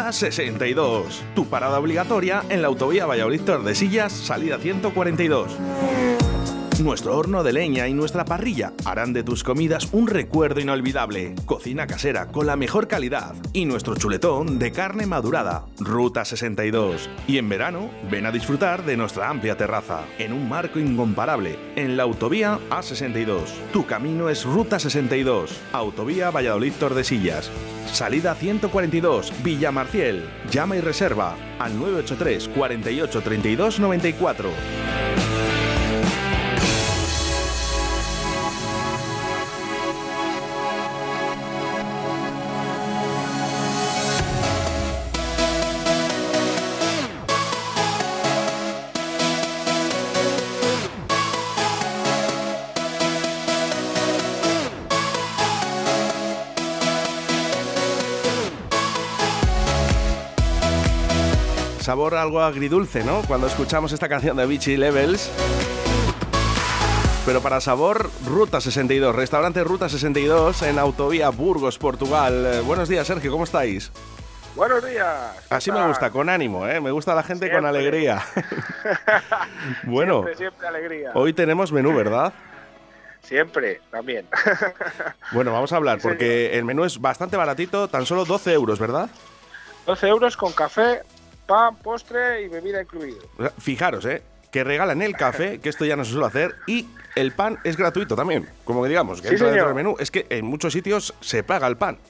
Ruta 62, tu parada obligatoria en la autovía Valladolid-Tordesillas, salida 142. Nuestro horno de leña y nuestra parrilla harán de tus comidas un recuerdo inolvidable. Cocina casera con la mejor calidad y nuestro chuletón de carne madurada. Ruta 62. Y en verano, ven a disfrutar de nuestra amplia terraza, en un marco incomparable, en la autovía A62. Tu camino es Ruta 62, autovía Valladolid-Tordesillas. Salida 142, Villamarciel. Llama y reserva al 983 48 32 94. Sabor algo agridulce, ¿no? Cuando escuchamos esta canción de Beachy Levels. Pero para sabor, Ruta 62, restaurante Ruta 62 en autovía Burgos, Portugal. Buenos días, Sergio, ¿cómo estáis? Buenos días. Así me gusta, con ánimo, ¿eh? Me gusta la gente siempre. Con alegría. Bueno, siempre alegría. Hoy tenemos menú, ¿verdad? Siempre, también. Bueno, vamos a hablar, porque el menú es bastante baratito, tan solo 12 euros, ¿verdad? 12 euros con café, pan, postre y bebida incluido. Fijaros, que regalan el café, que esto ya no se suele hacer, y el pan es gratuito también. Como que digamos, que entra dentro del menú. Es que en muchos sitios se paga el pan.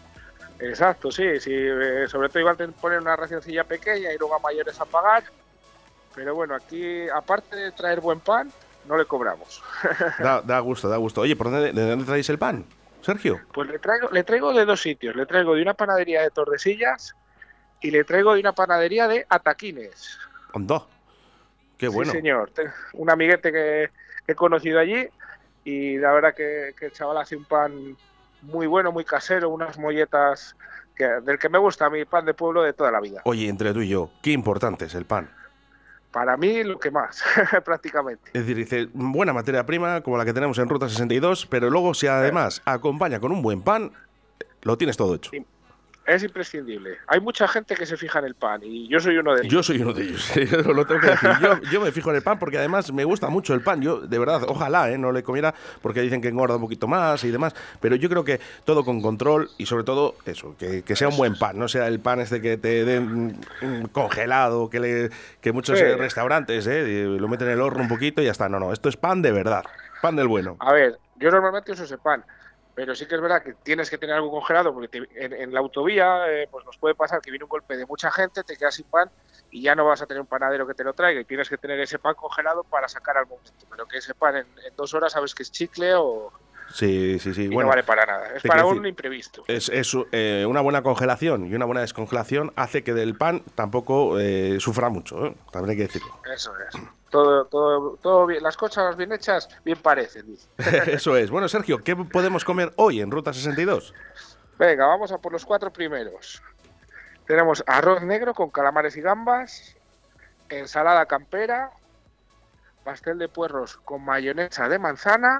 Exacto, sí. Sobre todo igual te ponen una racioncilla pequeña y luego a mayores a pagar. Pero bueno, aquí, aparte de traer buen pan, no le cobramos. Da gusto. Oye, ¿de dónde traéis el pan, Sergio? Pues le traigo de dos sitios. Le traigo de una panadería de Tordesillas y le traigo de una panadería de Ataquines. ¡Onda! ¡Qué bueno! Sí, señor. Un amiguete que he conocido allí y la verdad que el chaval hace un pan muy bueno, muy casero, unas molletas del que me gusta a mí, pan de pueblo de toda la vida. Oye, entre tú y yo, qué importante es el pan. Para mí, lo que más, prácticamente. Es decir, dice, buena materia prima, como la que tenemos en Ruta 62, pero luego si además acompaña con un buen pan, lo tienes todo hecho. Sí. Es imprescindible. Hay mucha gente que se fija en el pan y yo soy uno de ellos. Yo soy uno de ellos, lo tengo que decir. Yo me fijo en el pan porque además me gusta mucho el pan. Yo, de verdad, ojalá no le comiera porque dicen que engorda un poquito más y demás. Pero yo creo que todo con control y sobre todo eso, que sea un buen pan. No sea el pan este que te den congelado, que muchos restaurantes lo meten en el horno un poquito y ya está. No, esto es pan de verdad, pan del bueno. A ver, yo normalmente uso ese pan. Pero sí que es verdad que tienes que tener algo congelado porque en la autovía pues nos puede pasar que viene un golpe de mucha gente, te quedas sin pan y ya no vas a tener un panadero que te lo traiga y tienes que tener ese pan congelado para sacar al momento. Pero que ese pan en 2 horas sabes que es chicle o... Sí. Y bueno, no vale para nada. Es para un imprevisto. Es una buena congelación y una buena descongelación hace que del pan tampoco sufra mucho, también hay que decirlo. Eso es. Todo bien, las cosas bien hechas, bien parecen. Eso es. Bueno, Sergio, ¿qué podemos comer hoy en Ruta 62? Venga, vamos a por los 4 primeros. Tenemos arroz negro con calamares y gambas, ensalada campera, pastel de puerros con mayonesa de manzana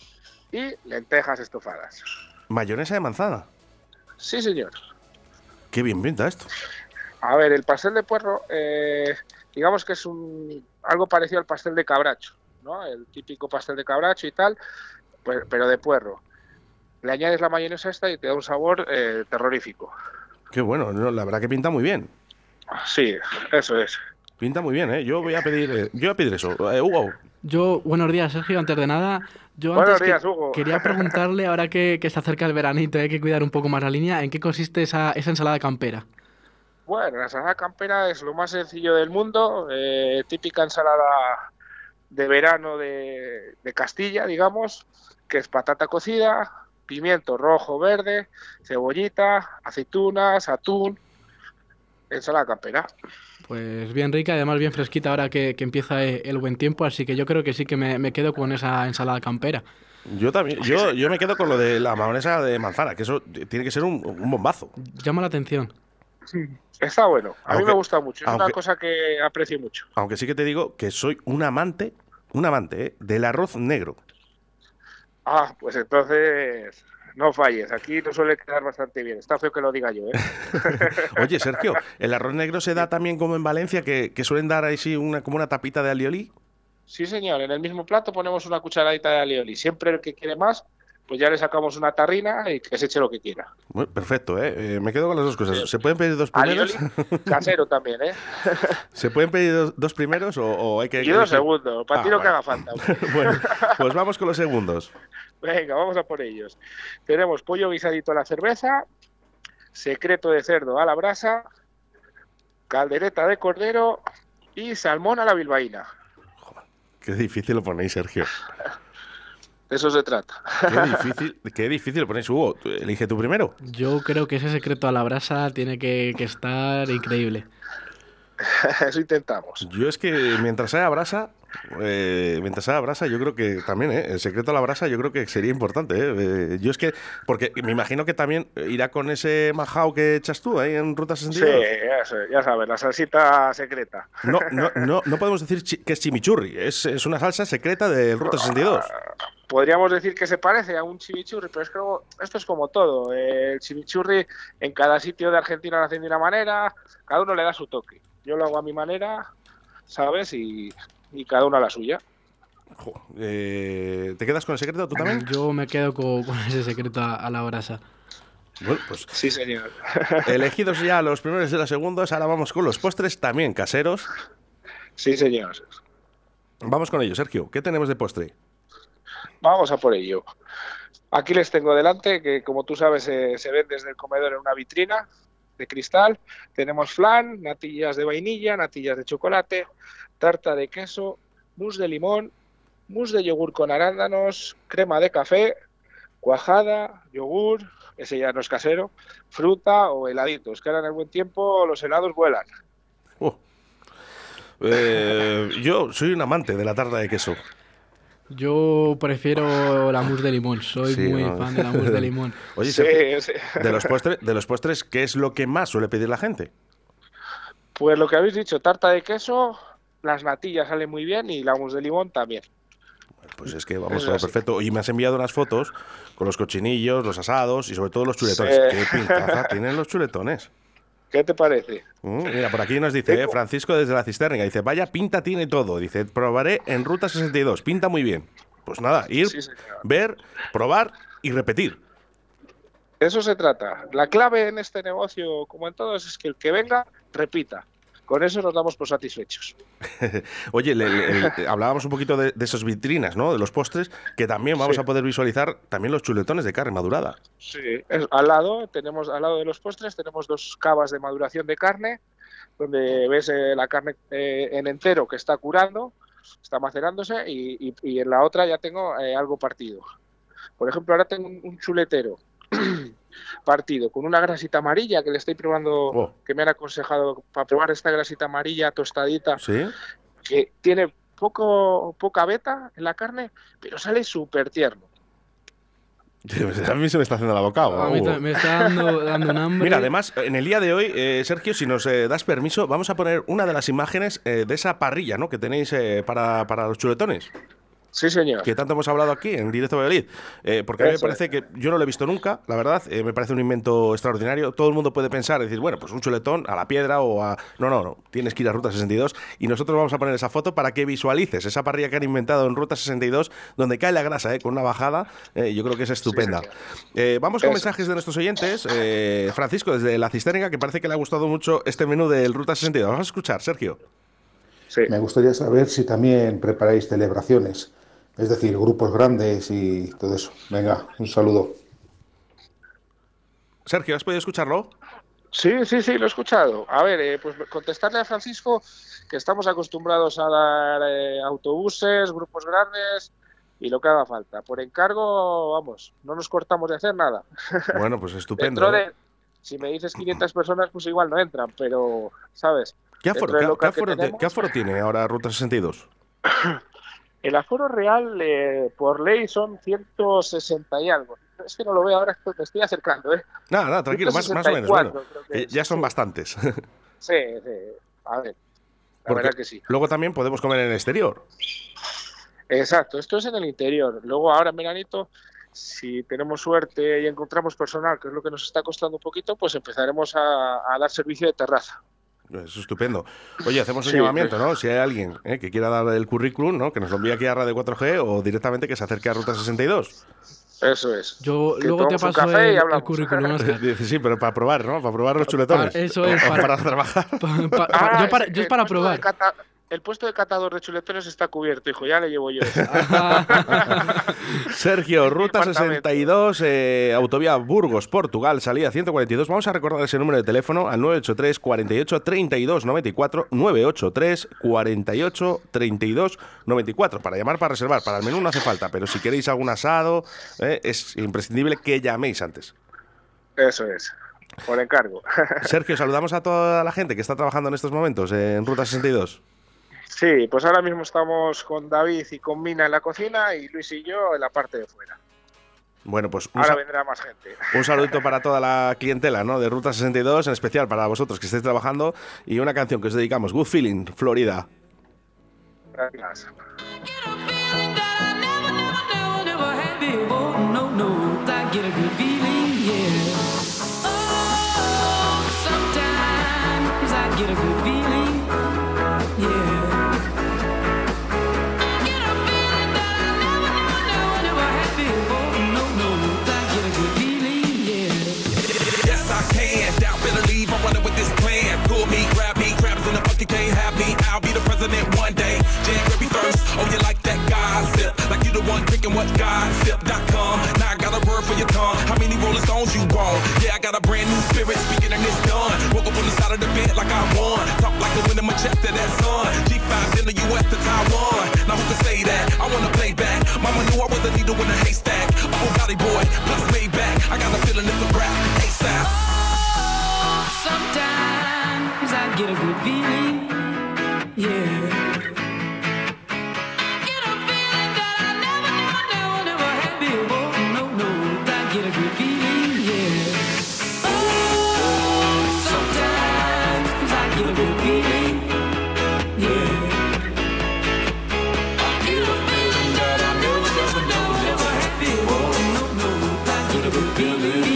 y lentejas estofadas. ¿Mayonesa de manzana? Sí, señor. Qué bien pinta esto. A ver, el pastel de puerro, digamos que es algo parecido al pastel de cabracho, ¿no? El típico pastel de cabracho y tal, pero de puerro. Le añades la mayonesa esta y te da un sabor terrorífico. Qué bueno, la verdad que pinta muy bien. Sí, eso es. Pinta muy bien, ¿eh? Yo voy a pedir eso. Hugo. Buenos días, Sergio, antes de nada. Buenos días, Hugo. Quería preguntarle, ahora que se acerca el veranito, hay que cuidar un poco más la línea, ¿en qué consiste esa ensalada campera? Bueno, la ensalada campera es lo más sencillo del mundo, típica ensalada de verano de Castilla, digamos, que es patata cocida, pimiento rojo, verde, cebollita, aceitunas, atún, ensalada campera. Pues bien rica y además bien fresquita ahora que empieza el buen tiempo, así que yo creo que sí que me quedo con esa ensalada campera. Yo también, yo me quedo con lo de la mayonesa de manzana, que eso tiene que ser un bombazo. Llama la atención. Está bueno, a mí me gusta mucho, es una cosa que aprecio mucho. Aunque sí que te digo que soy un amante del arroz negro. Ah, pues entonces No falles, aquí nos suele quedar bastante bien. Está feo que lo diga yo, ¿eh? Oye, Sergio, ¿el arroz negro se da también como en Valencia, que suelen dar ahí sí como una tapita de alioli? Sí, señor, en el mismo plato ponemos una cucharadita de alioli. Siempre el que quiere más, pues ya le sacamos una tarrina y que se eche lo que quiera. Bueno, perfecto, ¿eh? Me quedo con las dos cosas. Sí. ¿Se pueden pedir dos primeros? Alioli casero también, ¿eh? ¿Se pueden pedir dos primeros o hay que Y 2 elegir? segundos, para ti lo que Bueno. haga falta, hombre. Bueno, pues vamos con los segundos. Venga, vamos a por ellos. Tenemos pollo guisadito a la cerveza, secreto de cerdo a la brasa, caldereta de cordero y salmón a la bilbaína. Qué difícil lo ponéis, Sergio. De eso se trata. Qué difícil lo ponéis, Hugo. Elige tú primero. Yo creo que ese secreto a la brasa tiene que estar increíble. Eso intentamos. Yo es que mientras haya brasa, yo creo que también, el secreto a la brasa, yo creo que sería importante. Yo es que, porque me imagino que también irá con ese majao que echas tú ahí en Ruta Sí, 62. ya sabes, la salsita secreta. No podemos decir que es chimichurri, es una salsa secreta de Ruta 62. Podríamos decir que se parece a un chimichurri, pero es que esto es como todo. El chimichurri en cada sitio de Argentina lo hacen de una manera, cada uno le da su toque. Yo lo hago a mi manera, ¿sabes? Y cada uno a la suya. ¿Te quedas con el secreto tú también? Yo me quedo con ese secreto a la brasa. Bueno, pues Sí, señor. elegidos ya los primeros y los segundos, ahora vamos con los postres también caseros. Sí, señor. Vamos con ello, Sergio. ¿Qué tenemos de postre? Vamos a por ello. Aquí les tengo delante, que como tú sabes se ven desde el comedor en una vitrina de cristal. Tenemos flan, natillas de vainilla, natillas de chocolate, tarta de queso, mousse de limón, mousse de yogur con arándanos, crema de café, cuajada, yogur, ese ya no es casero, fruta o heladitos, que ahora en el buen tiempo los helados vuelan. Yo soy un amante de la tarta de queso. Yo prefiero la mousse de limón, soy Sí, muy ¿no? fan de la mousse de limón. Oye, Sí, Sergio, sí. de los postres, ¿qué es lo que más suele pedir la gente? Pues lo que habéis dicho, tarta de queso, las natillas salen muy bien y la mousse de limón también. Pues es que vamos, Eso todo es así. perfecto. Y me has enviado unas fotos con los cochinillos, los asados y sobre todo los chuletones. Sí. ¿Qué pintaza tienen los chuletones? ¿Qué te parece? Mira, por aquí nos dice Francisco desde la Cisterna. Dice, vaya pinta tiene todo. Dice, probaré en Ruta 62. Pinta muy bien. Pues nada, ir, Sí, señor. ver, probar y repetir. De eso se trata. La clave en este negocio, como en todos, es que el que venga, repita. Con eso nos damos por satisfechos. Oye, hablábamos un poquito de esas vitrinas, ¿no? De los postres, que también vamos a poder visualizar también los chuletones de carne madurada. Sí, al lado de los postres, tenemos 2 cavas de maduración de carne, donde ves la carne en entero que está curando, está macerándose, y en la otra ya tengo algo partido. Por ejemplo, ahora tengo un chuletero partido con una grasita amarilla que le estoy probando, que me han aconsejado para probar esta grasita amarilla tostadita, ¿Sí? que tiene poca beta en la carne, pero sale súper tierno. A mí se me está haciendo la boca. A mí me está dando un hambre. Mira, además, en el día de hoy, Sergio, si nos das permiso, vamos a poner una de las imágenes de esa parrilla, ¿no?, que tenéis para los chuletones. Sí, señor. Que tanto hemos hablado aquí en Directo Valladolid. Porque a mí me parece que yo no lo he visto nunca, la verdad. Me parece un invento extraordinario. Todo el mundo puede pensar, decir, bueno, pues un chuletón a la piedra o a... No. Tienes que ir a Ruta 62 y nosotros vamos a poner esa foto para que visualices esa parrilla que han inventado en Ruta 62, donde cae la grasa, con una bajada. Yo creo que es estupenda. Sí, vamos con mensajes de nuestros oyentes. Francisco, desde La Cisterna, que parece que le ha gustado mucho este menú del Ruta 62. Vamos a escuchar, Sergio. Sí. Me gustaría saber si también preparáis celebraciones. Es decir, grupos grandes y todo eso. Venga, un saludo. Sergio, ¿has podido escucharlo? Sí, lo he escuchado. A ver, pues contestarle a Francisco que estamos acostumbrados a dar autobuses, grupos grandes y lo que haga falta. Por encargo, vamos, no nos cortamos de hacer nada. Bueno, pues estupendo. Si me dices 500 personas, pues igual no entran, pero, ¿sabes? ¿Qué aforo tiene ahora Ruta 62? El aforo real, por ley, son 160 y algo. Es que no lo veo ahora, me estoy acercando, ¿eh? Nada, tranquilo, más o menos. Bueno, ya son bastantes. Sí, a ver, la verdad que sí. Luego también podemos comer en el exterior. Exacto, esto es en el interior. Luego ahora en veranito si tenemos suerte y encontramos personal, que es lo que nos está costando un poquito, pues empezaremos a dar servicio de terraza. Eso es estupendo. Oye, hacemos un Sí, llamamiento, ¿no? Si hay alguien que quiera dar el currículum, ¿no? Que nos lo envíe aquí a Radio 4G o directamente que se acerque a Ruta 62. Eso es. Yo Que luego te tomamos un paso café y el hablamos. currículum, Óscar. Dice, sí, pero para probar, ¿no? Para probar los chuletones. Eso es, O para- para trabajar. Yo es para probar. El puesto de catador de chuletones está cubierto, hijo, ya le llevo yo. Sergio, Ruta Departamento. 62, autovía Burgos, Portugal, salida 142. Vamos a recordar ese número de teléfono al 983 48 32 94, 983 48 32 94. Para llamar, para reservar. Para el menú no hace falta, pero si queréis algún asado, es imprescindible que llaméis antes. Eso es, por encargo. Sergio, saludamos a toda la gente que está trabajando en estos momentos en Ruta 62. Sí, pues ahora mismo estamos con David y con Mina en la cocina y Luis y yo en la parte de fuera. Bueno, pues Ahora vendrá más gente. un saludito para toda la clientela, ¿no? De Ruta 62, en especial para vosotros que estáis trabajando, y una canción que os dedicamos, Good Feeling, Florida. Gracias. Yes, I can. Doubt, better leave. I'm running with this plan. Pull me, grab me, crabs in the bucket can't have me. I'll be the president one day. Jan Grippy first. Oh, you like that gossip? Like you the one drinking what gossip.com. Now I got a word for your tongue. How many Rolling Stones you want? Yeah, I got a brand new spirit speaking and it's done. Woke up on the side of the bed like I won. Talk like the wind in my chest to that sun. G5 in the US to Taiwan. Now who can say that? I wanna play back. Mama knew I was a needle in a haystack. Oh, Valley boy, plus Maybach. I got a feeling it's a rap. ASAP. Sometimes I get a good feeling, yeah. Get a feeling that I never had before. No, I get a good feeling, yeah. Oh, sometimes I get a good feeling, yeah. I get a feeling that I never had before. No, I get a good feeling.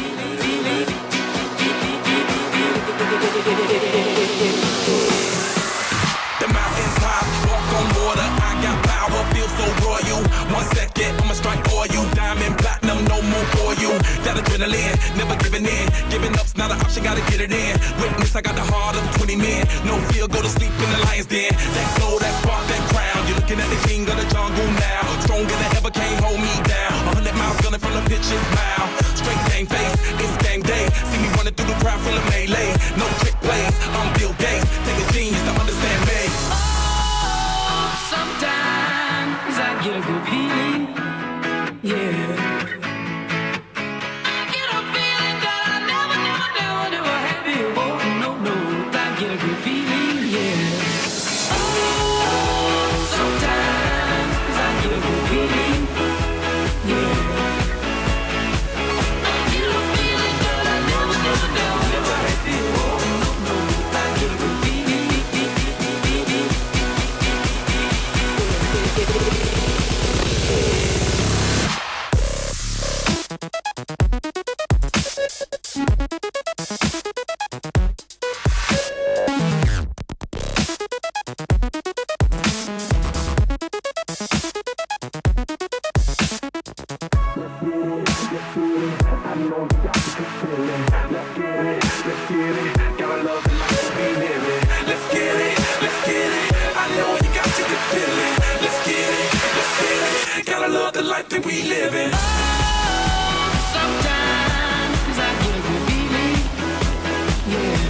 The mountains high, walk on water. I got power, feel so royal. 1 second, I'ma strike oil. Diamond, platinum, no more for you. That adrenaline, never giving in. Giving up's not an option, gotta get it in. Witness, I got the heart of 20 men. No fear, go to sleep in the lion's den. That glow, that spark, that crown. You're looking at the king of the jungle now. Stronger than ever, can't hold me down. 100 miles gunning from the pitch's mouth. Straight game face, it's game day. See me running through the crowd full of melee. No trick plays, I'm Bill Gates. Take a genius to understand me. Oh, sometimes I get a good feeling, yeah. I get a feeling that I never had before. No, I get a good feeling, yeah. Oh, sometimes I get a good feeling, yeah. I get a feeling that I never had before. No, I get a good feeling. Let's get it. I know you got to get feeling. Let's get it. Gotta love the life that we live in. Sometimes I get a good feeling, yeah.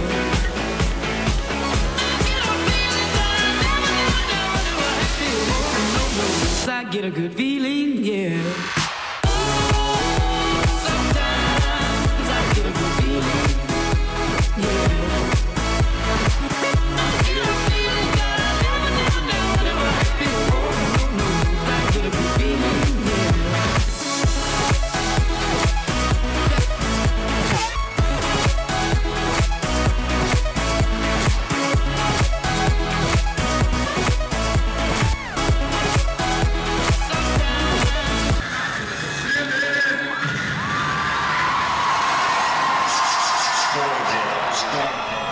I get a good feeling, yeah. Sometimes I get a good feeling, yeah. I get a feeling that I never had before. I get a good feeling, yeah. Storytale.